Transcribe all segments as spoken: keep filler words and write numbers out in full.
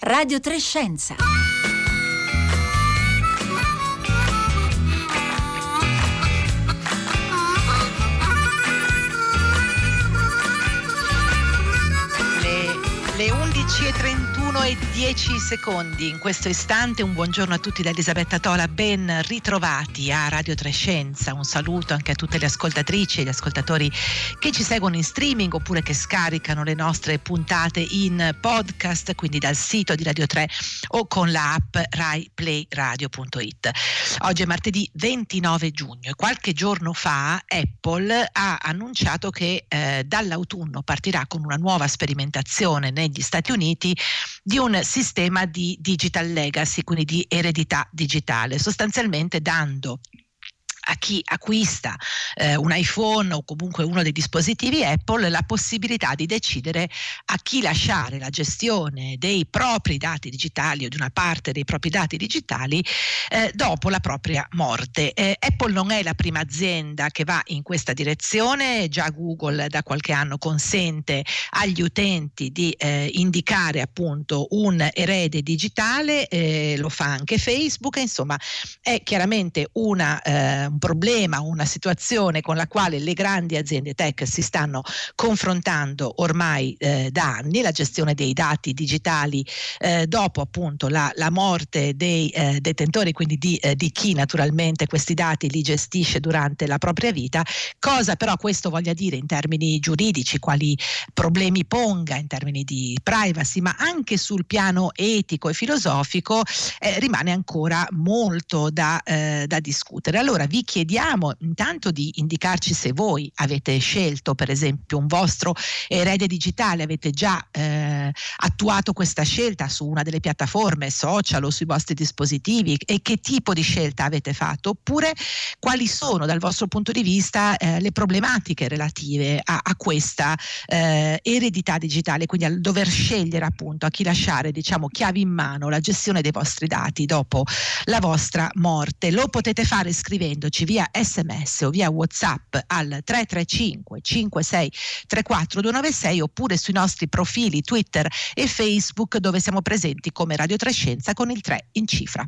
Radio tre Scienza. Le undici e trentuno e dieci secondi. In questo istante un buongiorno a tutti da Elisabetta Tola, ben ritrovati a Radio tre Scienza. Un saluto anche a tutte le ascoltatrici e gli ascoltatori che ci seguono in streaming oppure che scaricano le nostre puntate in podcast, quindi dal sito di Radio tre o con l'app rai play radio punto it. Oggi è martedì ventinove giugno e qualche giorno fa Apple ha annunciato che eh, dall'autunno partirà con una nuova sperimentazione negli Stati Uniti di un sistema di digital legacy, quindi di eredità digitale, sostanzialmente dando a chi acquista eh, un iPhone o comunque uno dei dispositivi Apple la possibilità di decidere a chi lasciare la gestione dei propri dati digitali o di una parte dei propri dati digitali eh, dopo la propria morte. Eh, Apple non è la prima azienda che va in questa direzione, già Google da qualche anno consente agli utenti di eh, indicare appunto un erede digitale, eh, lo fa anche Facebook, e insomma è chiaramente una eh, un problema, una situazione con la quale le grandi aziende tech si stanno confrontando ormai eh, da anni, la gestione dei dati digitali eh, dopo appunto la, la morte dei eh, detentori, quindi di, eh, di chi naturalmente questi dati li gestisce durante la propria vita. Cosa però questo voglia dire in termini giuridici, quali problemi ponga in termini di privacy, ma anche sul piano etico e filosofico eh, rimane ancora molto da, eh, da discutere. Allora vi chiediamo intanto di indicarci se voi avete scelto per esempio un vostro erede digitale, avete già eh, attuato questa scelta su una delle piattaforme social o sui vostri dispositivi, e che tipo di scelta avete fatto, oppure quali sono dal vostro punto di vista eh, le problematiche relative a, a questa eh, eredità digitale, quindi al dover scegliere appunto a chi lasciare, diciamo, chiavi in mano la gestione dei vostri dati dopo la vostra morte. Lo potete fare scrivendoci via sms o via WhatsApp al tre tre cinque cinque sei tre quattro due nove sei oppure sui nostri profili Twitter e Facebook, dove siamo presenti come Radio tre Scienza con il tre in cifra.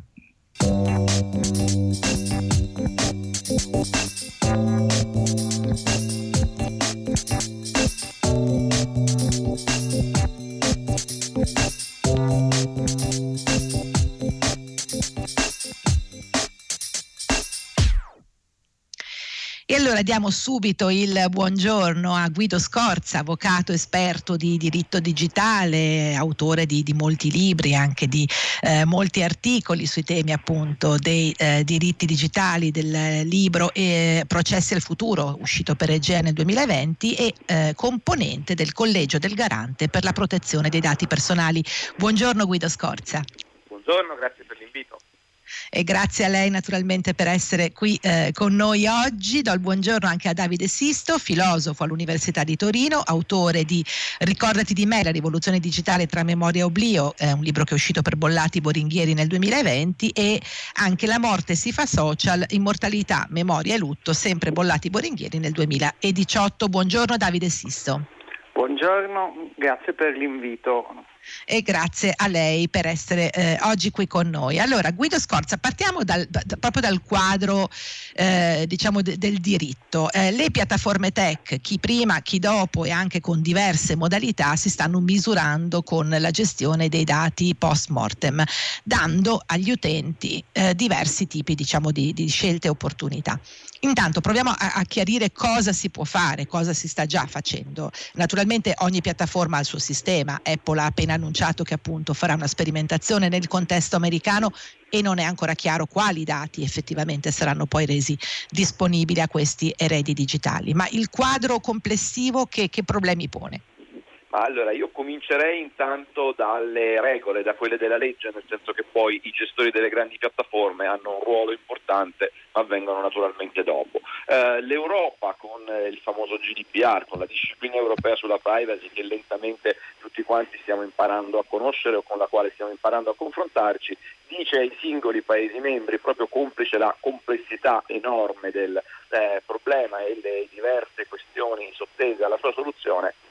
E allora diamo subito il buongiorno a Guido Scorza, avvocato esperto di diritto digitale, autore di, di molti libri, anche di eh, molti articoli sui temi appunto dei eh, diritti digitali, del libro eh, Processi al futuro, uscito per Egea nel duemilaventi, e eh, componente del Collegio del Garante per la protezione dei dati personali. Buongiorno Guido Scorza. Buongiorno, grazie per l'invito. E grazie a lei naturalmente per essere qui eh, con noi oggi. Do il buongiorno anche a Davide Sisto, filosofo all'Università di Torino, autore di Ricordati di me, la rivoluzione digitale tra memoria e oblio, eh, un libro che è uscito per Bollati Boringhieri nel duemilaventi, e anche La morte si fa social, immortalità, memoria e lutto, sempre Bollati Boringhieri nel duemiladiciotto. Buongiorno Davide Sisto. Buongiorno, grazie per l'invito. E grazie a lei per essere eh, oggi qui con noi. Allora Guido Scorza, partiamo dal, da, proprio dal quadro eh, diciamo de, del diritto. Eh, le piattaforme tech, chi prima chi dopo e anche con diverse modalità, si stanno misurando con la gestione dei dati post mortem, dando agli utenti eh, diversi tipi diciamo di, di scelte e opportunità. Intanto proviamo a, a chiarire cosa si può fare, cosa si sta già facendo. Naturalmente ogni piattaforma ha il suo sistema. Apple ha appena annunciato che appunto farà una sperimentazione nel contesto americano e non è ancora chiaro quali dati effettivamente saranno poi resi disponibili a questi eredi digitali. Ma il quadro complessivo che, che problemi pone? Allora, io comincerei intanto dalle regole, da quelle della legge, nel senso che poi i gestori delle grandi piattaforme hanno un ruolo importante, ma vengono naturalmente dopo. Eh, L'Europa con il famoso G D P R, con la disciplina europea sulla privacy che lentamente tutti quanti stiamo imparando a conoscere o con la quale stiamo imparando a confrontarci, dice ai singoli Paesi membri, proprio complice la complessità enorme del eh, problema e le diverse questioni sottese alla sua soluzione,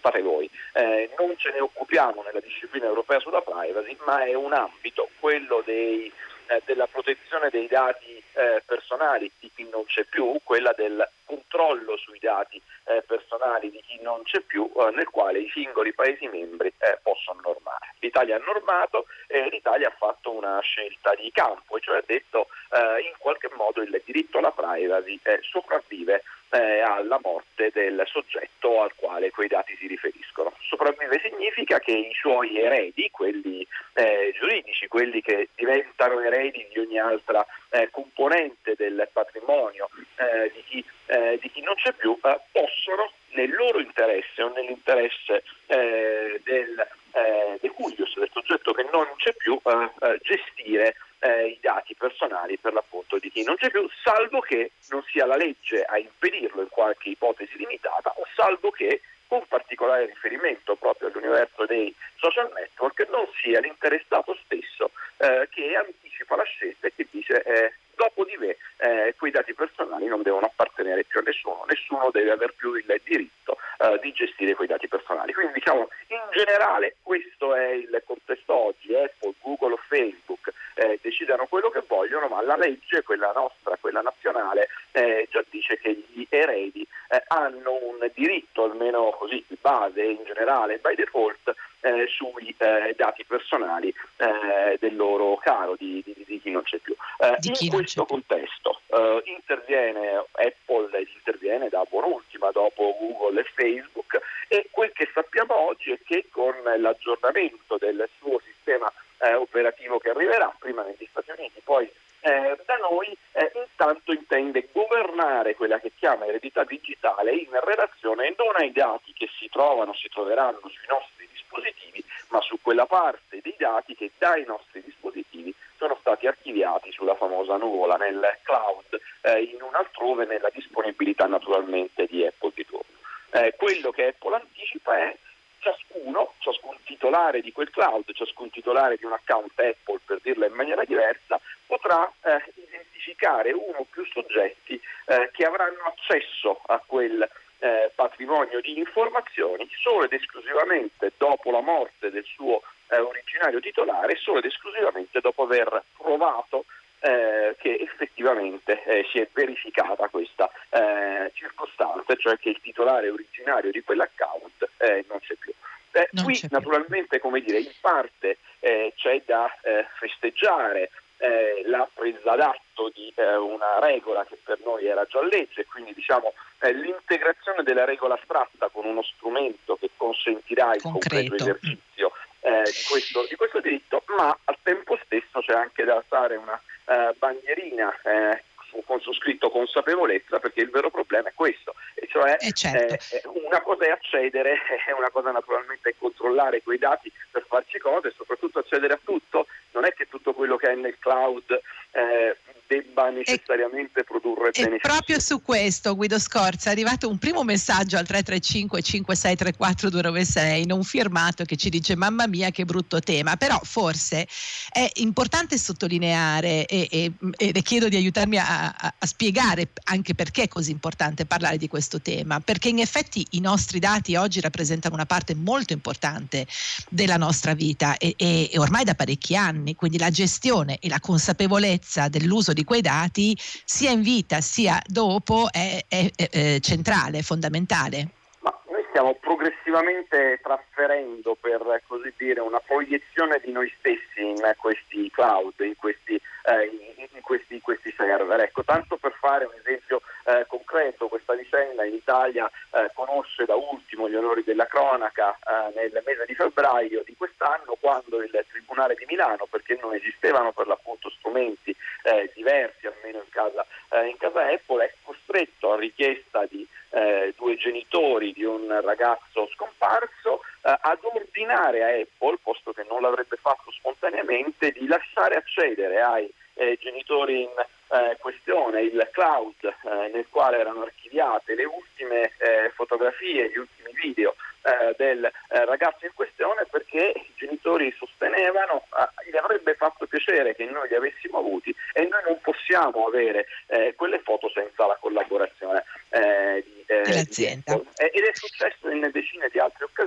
fate voi. Eh, non ce ne occupiamo nella disciplina europea sulla privacy, ma è un ambito, quello dei, eh, della protezione dei dati eh, personali di chi non c'è più, quella del controllo sui dati eh, personali di chi non c'è più, eh, nel quale i singoli Paesi membri eh, possono normare. L'Italia ha normato e l'Italia ha fatto una scelta di campo, e cioè ha detto eh, in qualche modo il diritto alla privacy eh, sopravvive eh, alla morte del soggetto al quale quei dati si riferiscono. Sopravvive significa che i suoi eredi, quelli eh, giuridici, quelli che diventano eredi di ogni altra eh, componente del patrimonio eh, di chi Eh, di chi non c'è più, eh, possono nel loro interesse o nell'interesse eh, del eh, de cuius, del soggetto che non c'è più, eh, eh, gestire eh, i dati personali per l'appunto di chi non c'è più, salvo che non sia la legge a impedirlo in qualche ipotesi limitata, o salvo che, con particolare riferimento proprio all'universo dei social network, non sia l'interessato stesso eh, che anticipa la scelta e che dice eh, dopo di me eh, quei dati personali non devono appartenere più a nessuno, nessuno deve aver più il diritto eh, di gestire quei dati personali. Quindi diciamo in generale questo è il contesto oggi. Apple, Google o Facebook eh, decidano quello che vogliono, ma la legge, quella nostra, quella nazionale, eh, già dice che gli eredi eh, hanno un diritto, almeno così di base in generale, by default, eh, sui eh, dati personali eh, del loro caro, di, di, di chi non c'è più. Eh, in questo contesto eh, interviene Apple, interviene da buon'ultima dopo Google e Facebook, e quel che sappiamo oggi è che con l'aggiornamento del suo sistema eh, operativo che arriverà prima negli Stati Uniti, poi eh, da noi, eh, intanto intende governare quella che chiama eredità digitale in relazione non ai dati che si trovano, si troveranno sui nostri dispositivi, ma su quella parte dei dati che dai nostri dispositivi sono stati archiviati sulla famosa nuvola, nel cloud, eh, in un altrove, nella disponibilità naturalmente di Apple di turno. Eh, quello che Apple anticipa è ciascuno, ciascun titolare di quel cloud, ciascun titolare di un account Apple, per dirla in maniera diversa, potrà eh, identificare uno o più soggetti eh, che avranno accesso a quel eh, patrimonio di informazioni solo ed esclusivamente dopo la morte del suo eh, originario titolare, solo ed esclusivamente dopo aver provato Eh, che effettivamente eh, si è verificata questa eh, circostanza, cioè che il titolare originario di quell'account eh, non c'è più. Eh, non qui c'è naturalmente, come dire, in parte eh, c'è da eh, festeggiare eh, la presa d'atto di eh, una regola che per noi era già legge, quindi diciamo eh, l'integrazione della regola astratta con uno strumento che consentirà il concreto, concreto esercizio eh, di, questo, di questo diritto, ma al tempo stesso c'è anche da alzare una Uh, bandierina eh, con su scritto consapevolezza, perché il vero problema è questo, e cioè eh certo. eh, una cosa è accedere, è una cosa naturalmente è controllare quei dati per farci cose, e soprattutto accedere a tutto. Non è che tutto quello che è nel cloud eh, debba necessariamente e, produrre benefici. E proprio su questo, Guido Scorza, è arrivato un primo messaggio al tre tre cinque cinque sei tre quattro due nove sei non firmato, che ci dice: mamma mia che brutto tema. Però forse è importante sottolineare e, e, e le chiedo di aiutarmi a, a, a spiegare anche perché è così importante parlare di questo tema, perché in effetti i nostri dati oggi rappresentano una parte molto importante della nostra vita e, e, e ormai da parecchi anni, quindi la gestione e la consapevolezza dell'uso di quei dati sia in vita sia dopo è, è, è, è centrale, fondamentale. Ma noi stiamo progressivamente trasferendo, per così dire, una proiezione di noi stessi in questi cloud, in questi, eh, in, in questi, questi server. Ecco, tanto per fare un esempio eh, concreto, questa vicenda in Italia eh, conosce da ultimo gli onori della cronaca eh, nel mese di febbraio di quest'anno, quando il Tribunale di Milano, perché non esistevano per l'appunto strumenti eh, diversi, almeno in casa, eh, in casa Apple, è costretto, a richiesta di eh, due genitori di un ragazzo scomparso, eh, ad ordinare a Apple, posto che non l'avrebbe fatto spontaneamente, di lasciare accedere ai eh, genitori in eh, questione il cloud eh, nel quale erano archiviate le ultime eh, fotografie, gli ultimi video eh, del eh, ragazzo in questione, perché i genitori sostenevano eh, gli avrebbe fatto piacere che noi li avessimo avuti e noi non possiamo avere eh, quelle foto senza la collaborazione eh, di, eh, dell'azienda. di Apple. Eh, ed è successo in decine di altre occasioni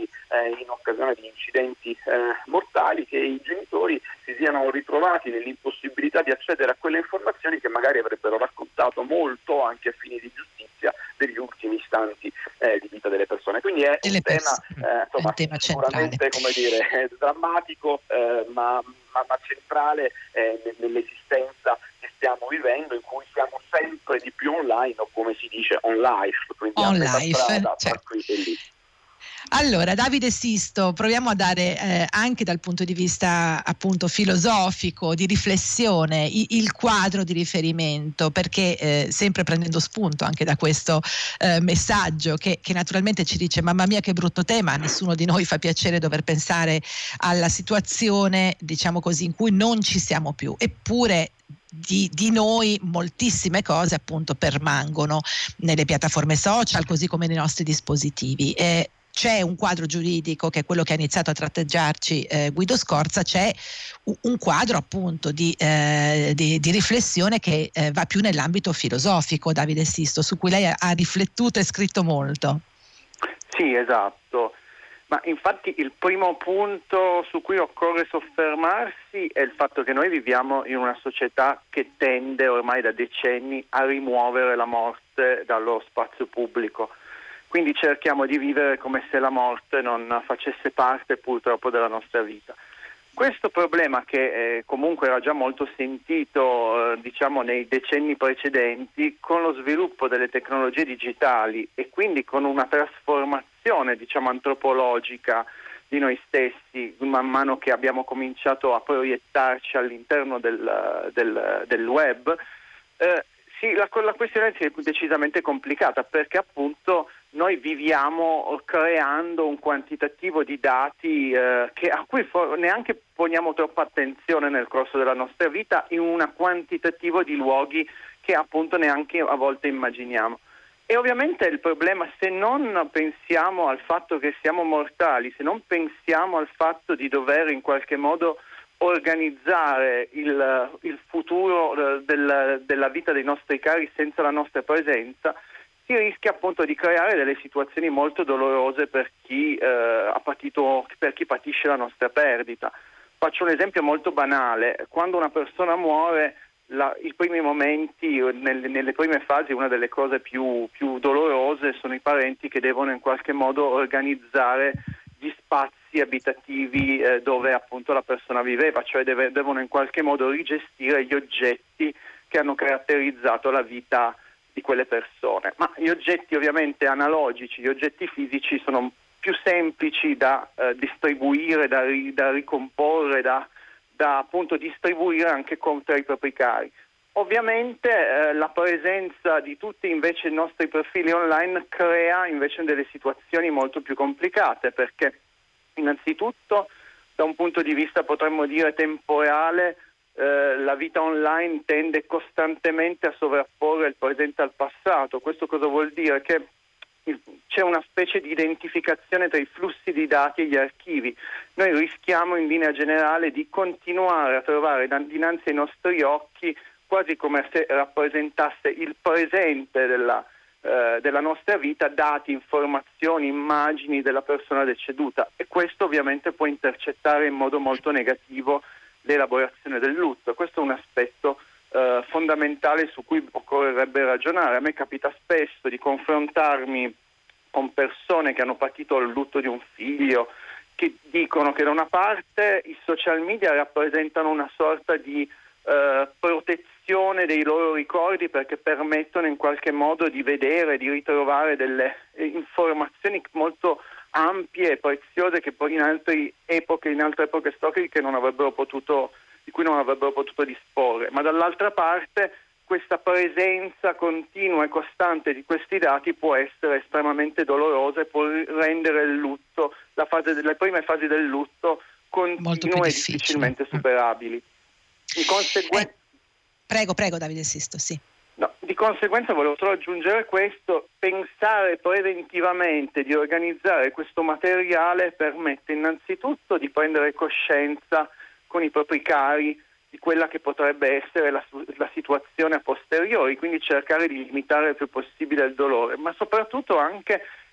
eh, in occasione di incidenti eh, mortali, che i genitori si siano ritrovati nell'impossibilità di accedere a quelle informazioni che magari avrebbero raccontato molto, anche a fini di giustizia, degli ultimi istanti eh, di vita delle persone. Quindi è un tema, eh, insomma, un tema sicuramente, come dire, drammatico, eh, ma, ma, ma centrale eh, nell'esistenza che stiamo vivendo, in cui siamo sempre di più online, o come si dice on life, quindi on a metà life, strada, certo. tra qui e lì. Allora, Davide Sisto, proviamo a dare eh, anche dal punto di vista appunto filosofico, di riflessione, i, il quadro di riferimento, perché eh, sempre prendendo spunto anche da questo eh, messaggio che, che naturalmente ci dice: mamma mia che brutto tema, a nessuno di noi fa piacere dover pensare alla situazione, diciamo così, in cui non ci siamo più, eppure Di, di noi moltissime cose appunto permangono nelle piattaforme social, così come nei nostri dispositivi. Eh, c'è un quadro giuridico che è quello che ha iniziato a tratteggiarci eh, Guido Scorza, c'è un quadro appunto di, eh, di, di riflessione che eh, va più nell'ambito filosofico, Davide Sisto, su cui lei ha, ha riflettuto e scritto molto. Sì, esatto. Ma infatti il primo punto su cui occorre soffermarsi è il fatto che noi viviamo in una società che tende ormai da decenni a rimuovere la morte dallo spazio pubblico. Quindi cerchiamo di vivere come se la morte non facesse parte purtroppo della nostra vita. Questo problema, che eh, comunque era già molto sentito eh, diciamo nei decenni precedenti, con lo sviluppo delle tecnologie digitali e quindi con una trasformazione diciamo antropologica di noi stessi, man mano che abbiamo cominciato a proiettarci all'interno del, del, del web, eh, sì, la, la questione è decisamente complicata, perché appunto noi viviamo creando un quantitativo di dati eh, che a cui for- neanche poniamo troppa attenzione nel corso della nostra vita, in un quantitativo di luoghi che appunto neanche a volte immaginiamo. E ovviamente il problema, se non pensiamo al fatto che siamo mortali, se non pensiamo al fatto di dover in qualche modo organizzare il, il futuro del, della vita dei nostri cari senza la nostra presenza, si rischia appunto di creare delle situazioni molto dolorose per chi eh, ha patito, per chi patisce la nostra perdita. Faccio un esempio molto banale: quando una persona muore, la, i primi momenti, nel, nelle prime fasi, una delle cose più, più dolorose sono i parenti che devono in qualche modo organizzare gli spazi abitativi eh, dove appunto la persona viveva, cioè deve, devono in qualche modo rigestire gli oggetti che hanno caratterizzato la vita di quelle persone. Ma gli oggetti ovviamente analogici, gli oggetti fisici sono più semplici da eh, distribuire, da, ri, da ricomporre, da, da appunto distribuire anche contro i propri cari. Ovviamente eh, la presenza di tutti invece i nostri profili online crea invece delle situazioni molto più complicate, perché innanzitutto da un punto di vista potremmo dire temporale, eh, la vita online tende costantemente a sovrapporre il presente al passato. Questo cosa vuol dire? Che il, c'è una specie di identificazione tra i flussi di dati e gli archivi. Noi rischiamo in linea generale di continuare a trovare dinanzi ai nostri occhi, quasi come se rappresentasse il presente della, eh, della nostra vita, dati, informazioni, immagini della persona deceduta, e questo ovviamente può intercettare in modo molto negativo l'elaborazione del lutto. Questo è un aspetto eh, fondamentale su cui occorrerebbe ragionare. A me capita spesso di confrontarmi con persone che hanno patito il lutto di un figlio, che dicono che da una parte i social media rappresentano una sorta di Uh, protezione dei loro ricordi, perché permettono in qualche modo di vedere, di ritrovare delle eh, informazioni molto ampie e preziose che poi in altre epoche, in altre epoche storiche non avrebbero potuto, di cui non avrebbero potuto disporre. Ma dall'altra parte questa presenza continua e costante di questi dati può essere estremamente dolorosa e può rendere il lutto, la fase, le prime fasi del lutto continue e difficilmente superabili. Di conseguenza... Eh, prego, prego Davide Sisto, sì. No, di conseguenza volevo solo aggiungere questo: pensare preventivamente di organizzare questo materiale permette innanzitutto di prendere coscienza con i propri cari di quella che potrebbe essere la, la situazione a posteriori, quindi cercare di limitare il più possibile il dolore, ma soprattutto anche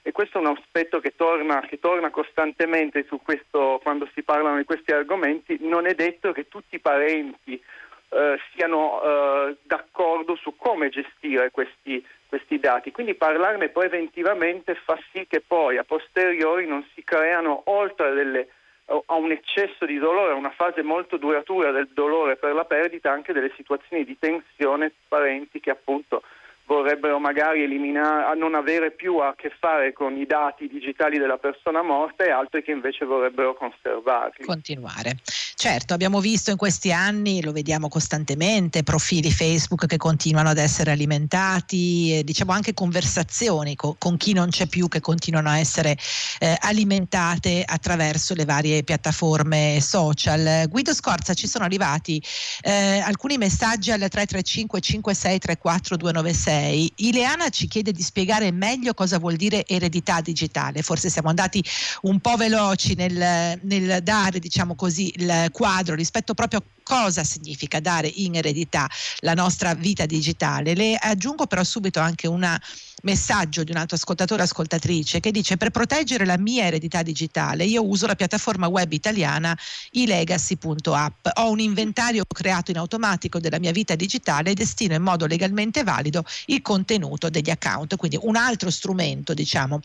e questo è un aspetto che torna, che torna costantemente su questo, quando si parlano di questi argomenti. Non è detto che tutti i parenti eh, siano eh, d'accordo su come gestire questi, questi dati, quindi parlarne preventivamente fa sì che poi a posteriori non si creano, oltre delle, a un eccesso di dolore, a una fase molto duratura del dolore per la perdita, anche delle situazioni di tensione, parenti che appunto vorrebbero magari eliminare, non avere più a che fare con i dati digitali della persona morta, e altri che invece vorrebbero conservarli. Continuare. Certo, abbiamo visto in questi anni, lo vediamo costantemente, profili Facebook che continuano ad essere alimentati, e diciamo anche conversazioni co- con chi non c'è più che continuano a essere eh, alimentate attraverso le varie piattaforme social. Guido Scorza, ci sono arrivati eh, alcuni messaggi al tre tre cinque cinque sei tre quattro due nove sei. Ileana ci chiede di spiegare meglio cosa vuol dire eredità digitale. Forse siamo andati un po' veloci nel, nel dare, diciamo così, il quadro rispetto proprio a cosa significa dare in eredità la nostra vita digitale. Le aggiungo però subito anche un messaggio di un altro ascoltatore o ascoltatrice che dice: per proteggere la mia eredità digitale io uso la piattaforma web italiana ilegacy punto app. Ho un inventario creato in automatico della mia vita digitale e destino in modo legalmente valido il contenuto degli account. Quindi un altro strumento, diciamo,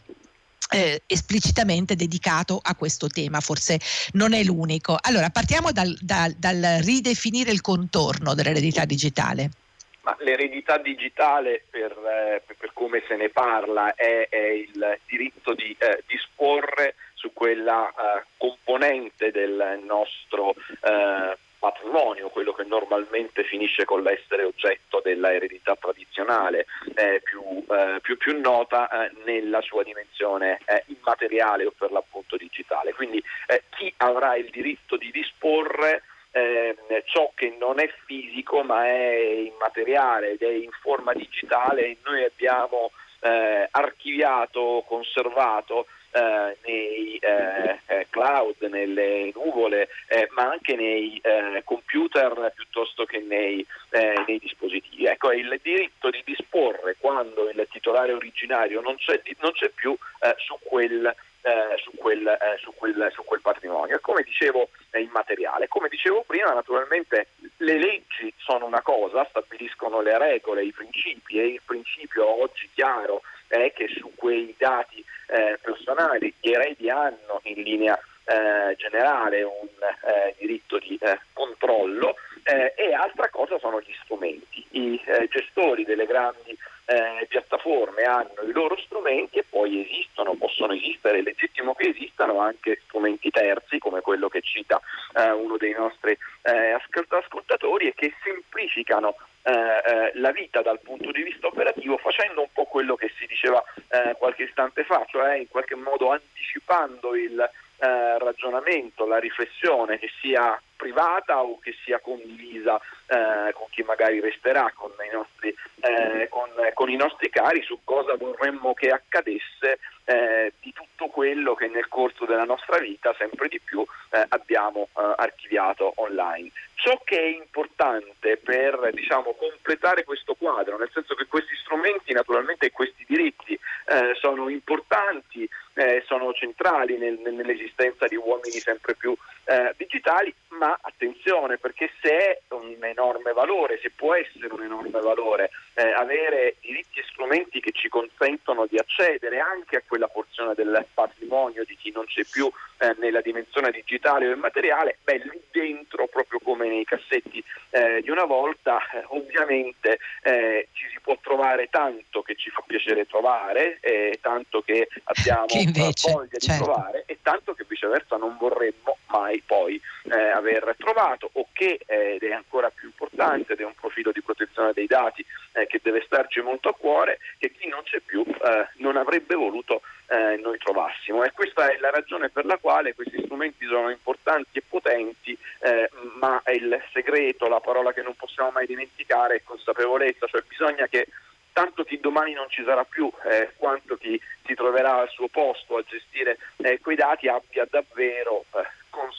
Eh, esplicitamente dedicato a questo tema, forse non è l'unico. Allora partiamo dal, dal, dal ridefinire il contorno dell'eredità digitale. Ma l'eredità digitale, per, eh, per come se ne parla, è, è il diritto di eh, disporre su quella eh, componente del nostro eh, patrimonio, quello che normalmente finisce con l'essere oggetto della eredità tradizionale, eh, più, eh, più, più nota eh, nella sua dimensione eh, immateriale o per l'appunto digitale. Quindi eh, chi avrà il diritto di disporre eh, ciò che non è fisico ma è immateriale ed è in forma digitale, e noi abbiamo eh, archiviato, conservato Eh, nei eh, eh, cloud, nelle nuvole, eh, ma anche nei eh, computer piuttosto che nei, eh, nei dispositivi. Ecco, il diritto di disporre quando il titolare originario non c'è, non c'è più eh, su quel Eh, su, quel, eh, su, quel, su quel patrimonio. E come dicevo, è immateriale. Come dicevo prima, naturalmente le leggi sono una cosa, stabiliscono le regole, i principi, e il principio oggi chiaro è che su quei dati eh, personali gli eredi hanno in linea eh, generale un eh, diritto di eh, controllo, eh, e altra cosa sono gli strumenti. I eh, gestori delle grandi Eh, piattaforme hanno i loro strumenti, e poi esistono, possono esistere, è legittimo che esistano anche strumenti terzi come quello che cita eh, uno dei nostri eh, ascoltatori, e che semplificano eh, eh, la vita dal punto di vista operativo, facendo un po' quello che si diceva eh, qualche istante fa, cioè in qualche modo anticipando il eh, ragionamento, la riflessione, che sia privata o che sia condivisa eh, con chi magari resterà con i nostri eh, con, con i nostri cari, su cosa vorremmo che accadesse eh, di tutto quello che nel corso della nostra vita sempre di più eh, abbiamo eh, archiviato online. Ciò che è importante per, diciamo, completare questo quadro, nel senso che questi strumenti naturalmente e questi diritti eh, sono importanti, eh, sono centrali nel, nell'esistenza di uomini sempre più eh, digitali, ma attenzione, perché se è un enorme valore, se può essere un enorme valore eh, avere diritti e strumenti che ci consentono di accedere anche a quella porzione del patrimonio di chi non c'è più eh, nella dimensione digitale o immateriale, beh, lì dentro, proprio come nei cassetti eh, di una volta, eh, ovviamente eh, ci si può trovare tanto che ci fa piacere trovare, eh, tanto che abbiamo che invece, voglia di certo. trovare, e tanto che viceversa non vorremmo mai poi eh, aver trovato, o che, eh, ed è ancora più importante, ed è un profilo di protezione dei dati eh, che deve starci molto a cuore, che chi non c'è più eh, non avrebbe voluto eh, noi trovassimo. E questa è la ragione per la quale questi strumenti sono importanti e potenti, eh, ma il segreto, la parola che non possiamo mai dimenticare è consapevolezza, cioè bisogna che tanto chi domani non ci sarà più eh, quanto chi si troverà al suo posto a gestire eh, quei dati abbia davvero eh, consapevolezza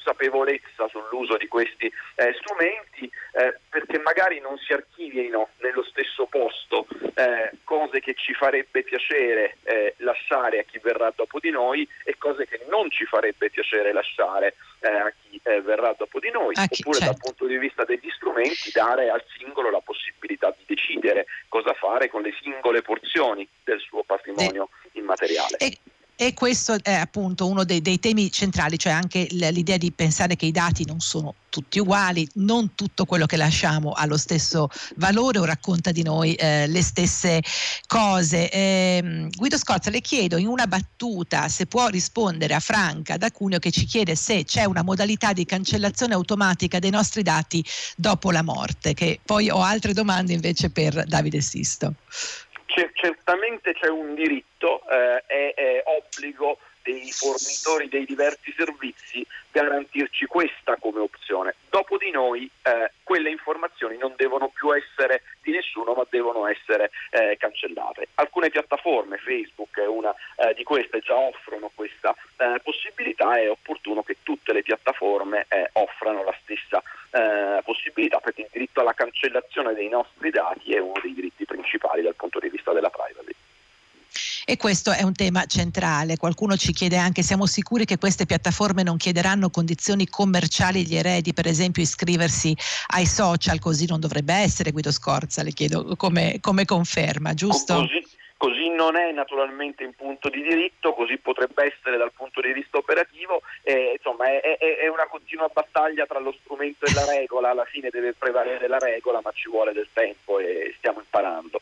consapevolezza sull'uso di questi eh, strumenti, eh, perché magari non si archiviano nello stesso posto eh, cose che ci farebbe piacere eh, lasciare a chi verrà dopo di noi e cose che non ci farebbe piacere lasciare eh, a chi eh, verrà dopo di noi, chi, oppure certo. dal punto di vista degli strumenti dare al singolo la possibilità di decidere cosa fare con le singole porzioni del suo patrimonio e, immateriale. E... E questo è appunto uno dei, dei temi centrali, cioè anche l'idea di pensare che i dati non sono tutti uguali, non tutto quello che lasciamo ha lo stesso valore o racconta di noi eh, le stesse cose. Eh, Guido Scorza, le chiedo in una battuta se può rispondere a Franca da Cuneo, che ci chiede se c'è una modalità di cancellazione automatica dei nostri dati dopo la morte, che poi ho altre domande invece per Davide Sisto. Certamente c'è un diritto, eh, è, è obbligo dei fornitori dei diversi servizi garantirci questa come opzione. Dopo di noi eh, quelle informazioni non devono più essere di nessuno, ma devono essere eh, cancellate. Alcune piattaforme, Facebook è una eh, di queste, già offrono questa eh, possibilità. È opportuno che tutte le piattaforme eh, offrano la stessa eh, possibilità, perché il diritto alla cancellazione dei nostri dati è uno dei diritti principali dal punto di vista della privacy. E questo è un tema centrale. Qualcuno ci chiede anche: siamo sicuri che queste piattaforme non chiederanno condizioni commerciali agli eredi, per esempio iscriversi ai social? Così non dovrebbe essere, Guido Scorza, le chiedo come, come conferma, giusto? Così, così non è naturalmente in punto di diritto, così potrebbe essere dal punto di vista operativo. Eh, insomma è, è, è una continua battaglia tra lo strumento e la regola. Alla fine deve prevalere la regola, ma ci vuole del tempo e stiamo imparando.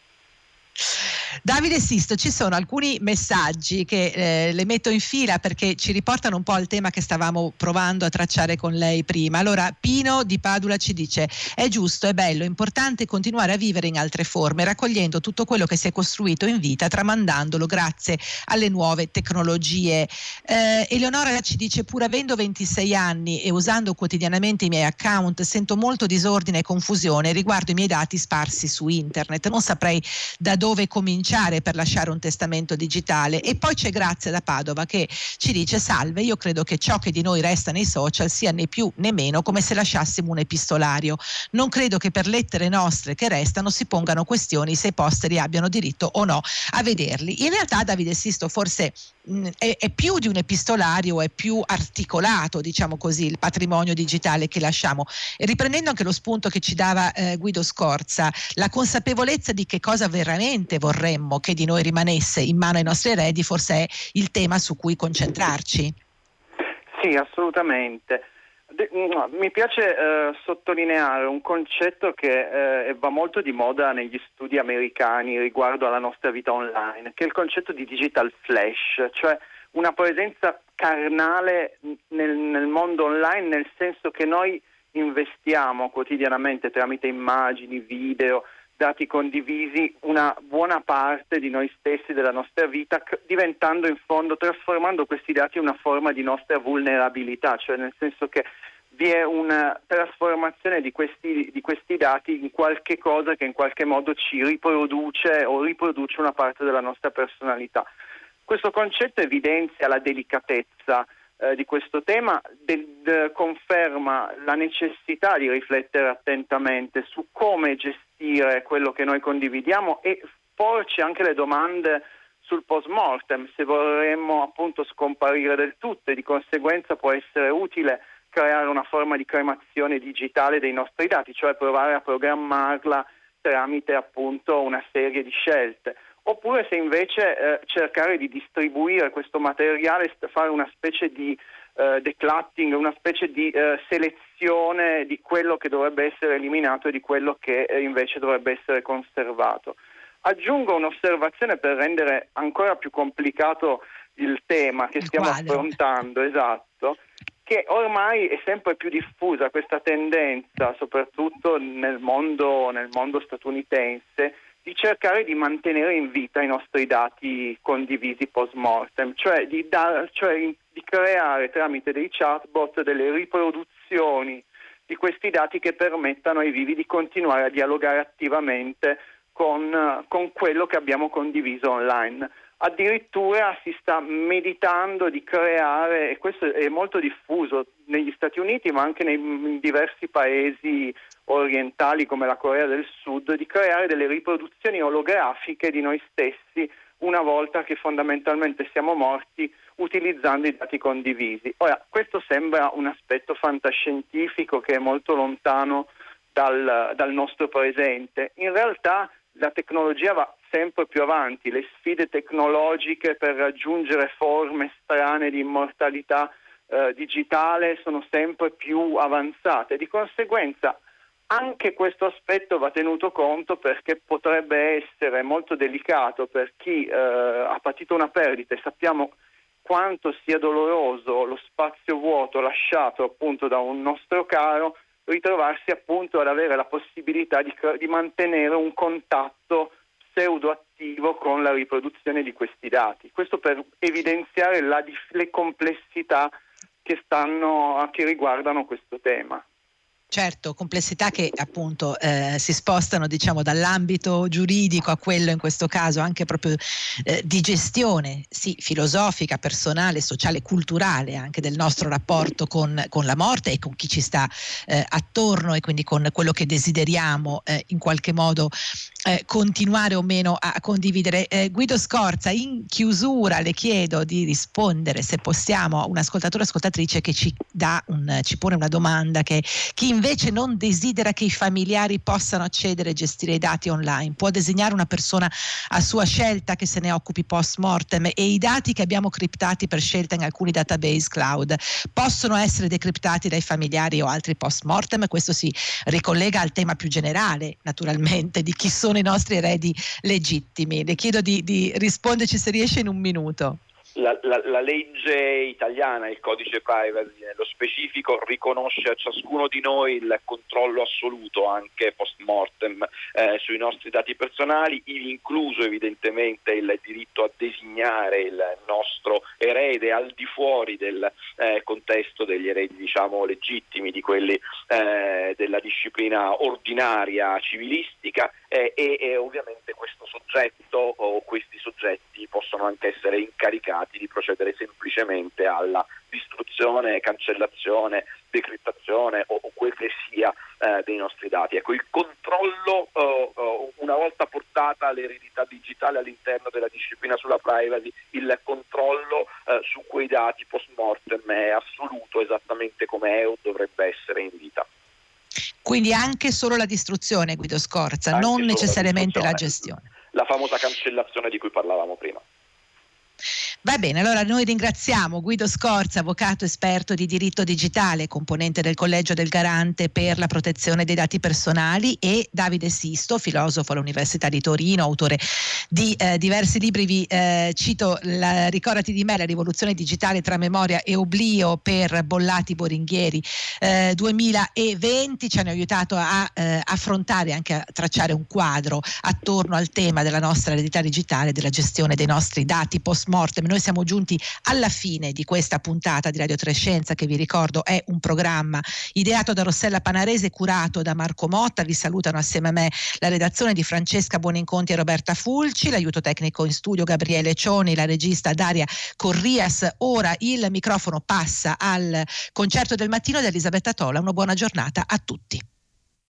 Davide Sisto, ci sono alcuni messaggi che eh, le metto in fila perché ci riportano un po' al tema che stavamo provando a tracciare con lei prima. Allora, Pino di Padula ci dice: è giusto, è bello, è importante continuare a vivere in altre forme, raccogliendo tutto quello che si è costruito in vita, tramandandolo grazie alle nuove tecnologie. Eh, Eleonora ci dice: pur avendo ventisei anni e usando quotidianamente i miei account, sento molto disordine e confusione riguardo i miei dati sparsi su internet. Non saprei da dove cominciare per lasciare un testamento digitale. E poi c'è Grazia da Padova che ci dice: salve, io credo che ciò che di noi resta nei social sia né più né meno come se lasciassimo un epistolario. Non credo che per lettere nostre che restano si pongano questioni se i posteri abbiano diritto o no a vederli. In realtà, Davide Sisto, forse mh, è, è più di un epistolario, è più articolato, diciamo così, il patrimonio digitale che lasciamo. E riprendendo anche lo spunto che ci dava eh, Guido Scorza, la consapevolezza di che cosa veramente vorremmo che di noi rimanesse in mano ai nostri eredi forse è il tema su cui concentrarci. Sì, assolutamente. De- mi piace eh, sottolineare un concetto che eh, va molto di moda negli studi americani riguardo alla nostra vita online, che è il concetto di digital flash, cioè una presenza carnale nel, nel mondo online, nel senso che noi investiamo quotidianamente tramite immagini, video, dati condivisi, una buona parte di noi stessi, della nostra vita, diventando in fondo, trasformando questi dati in una forma di nostra vulnerabilità, cioè nel senso che vi è una trasformazione di questi, di questi dati in qualche cosa che in qualche modo ci riproduce o riproduce una parte della nostra personalità. Questo concetto evidenzia la delicatezza eh, di questo tema, de, de, conferma la necessità di riflettere attentamente su come gestire quello che noi condividiamo e porci anche le domande sul post mortem, se vorremmo appunto scomparire del tutto, e di conseguenza può essere utile creare una forma di cremazione digitale dei nostri dati, cioè provare a programmarla tramite appunto una serie di scelte. Oppure se invece eh, cercare di distribuire questo materiale, fare una specie di eh, declutting, una specie di eh, selezione di quello che dovrebbe essere eliminato e di quello che eh, invece dovrebbe essere conservato. Aggiungo un'osservazione per rendere ancora più complicato il tema che il stiamo quadro. affrontando, esatto, che ormai è sempre più diffusa questa tendenza, soprattutto nel mondo, nel mondo statunitense, di cercare di mantenere in vita i nostri dati condivisi post mortem, cioè di, dar, cioè di creare tramite dei chatbot delle riproduzioni di questi dati che permettano ai vivi di continuare a dialogare attivamente con, con quello che abbiamo condiviso online. Addirittura si sta meditando di creare, e questo è molto diffuso negli Stati Uniti ma anche nei in diversi paesi orientali come la Corea del Sud, di creare delle riproduzioni olografiche di noi stessi una volta che fondamentalmente siamo morti, utilizzando i dati condivisi. Ora, questo sembra un aspetto fantascientifico che è molto lontano dal, dal nostro presente. In realtà la tecnologia va sempre più avanti, le sfide tecnologiche per raggiungere forme strane di immortalità eh, digitale sono sempre più avanzate. Di conseguenza anche questo aspetto va tenuto conto, perché potrebbe essere molto delicato per chi eh, ha patito una perdita, e sappiamo quanto sia doloroso lo spazio vuoto lasciato appunto da un nostro caro, ritrovarsi appunto ad avere la possibilità di, di mantenere un contatto pseudo-attivo con la riproduzione di questi dati. Questo per evidenziare la, le complessità che stanno, che riguardano questo tema. Certo, complessità che appunto eh, si spostano, diciamo, dall'ambito giuridico a quello, in questo caso anche proprio eh, di gestione, sì, filosofica, personale, sociale, culturale, anche del nostro rapporto con, con la morte e con chi ci sta eh, attorno, e quindi con quello che desideriamo eh, in qualche modo eh, continuare o meno a condividere. Eh, Guido Scorza, in chiusura le chiedo di rispondere, se possiamo, a un ascoltatore o ascoltatrice che ci dà un, ci pone una domanda, che chi invece non desidera che i familiari possano accedere e gestire i dati online può designare una persona a sua scelta che se ne occupi post mortem, e i dati che abbiamo criptati per scelta in alcuni database cloud possono essere decriptati dai familiari o altri post mortem. Questo si ricollega al tema più generale, naturalmente, di chi sono i nostri eredi legittimi. Le chiedo di, di risponderci, se riesce, in un minuto. La, la, la legge italiana, il codice privacy nello specifico, riconosce a ciascuno di noi il controllo assoluto anche post mortem eh, sui nostri dati personali, incluso evidentemente il diritto a designare il nostro erede al di fuori del eh, contesto degli eredi, diciamo, legittimi, di quelli eh, della disciplina ordinaria civilistica, eh, e, e ovviamente questo soggetto o questi soggetti possono anche essere incaricati di procedere semplicemente alla distruzione, cancellazione, decriptazione o, o quel che sia eh, dei nostri dati. Ecco, il controllo, eh, una volta portata l'eredità digitale all'interno della disciplina sulla privacy, il controllo eh, su quei dati post mortem è assoluto, esattamente come è o dovrebbe essere in vita. Quindi anche solo la distruzione, Guido Scorza, anche non necessariamente la, la gestione. La famosa cancellazione di cui parlavamo prima. Va bene, allora noi ringraziamo Guido Scorza, avvocato esperto di diritto digitale, componente del Collegio del Garante per la protezione dei dati personali, e Davide Sisto, filosofo all'Università di Torino, autore di eh, diversi libri. Vi eh, cito la, Ricordati di me, la rivoluzione digitale tra memoria e oblio, per Bollati Boringhieri eh, duemilaventi. Ci hanno aiutato a eh, affrontare, anche a tracciare un quadro attorno al tema della nostra eredità digitale, della gestione dei nostri dati post mortem. Noi siamo giunti alla fine di questa puntata di Radio tre Scienza, che vi ricordo è un programma ideato da Rossella Panarese, curato da Marco Motta. Vi salutano assieme a me la redazione di Francesca Buoninconti e Roberta Fulci, l'aiuto tecnico in studio Gabriele Cioni, la regista Daria Corrias. Ora il microfono passa al Concerto del Mattino di Elisabetta Tola. Una buona giornata a tutti.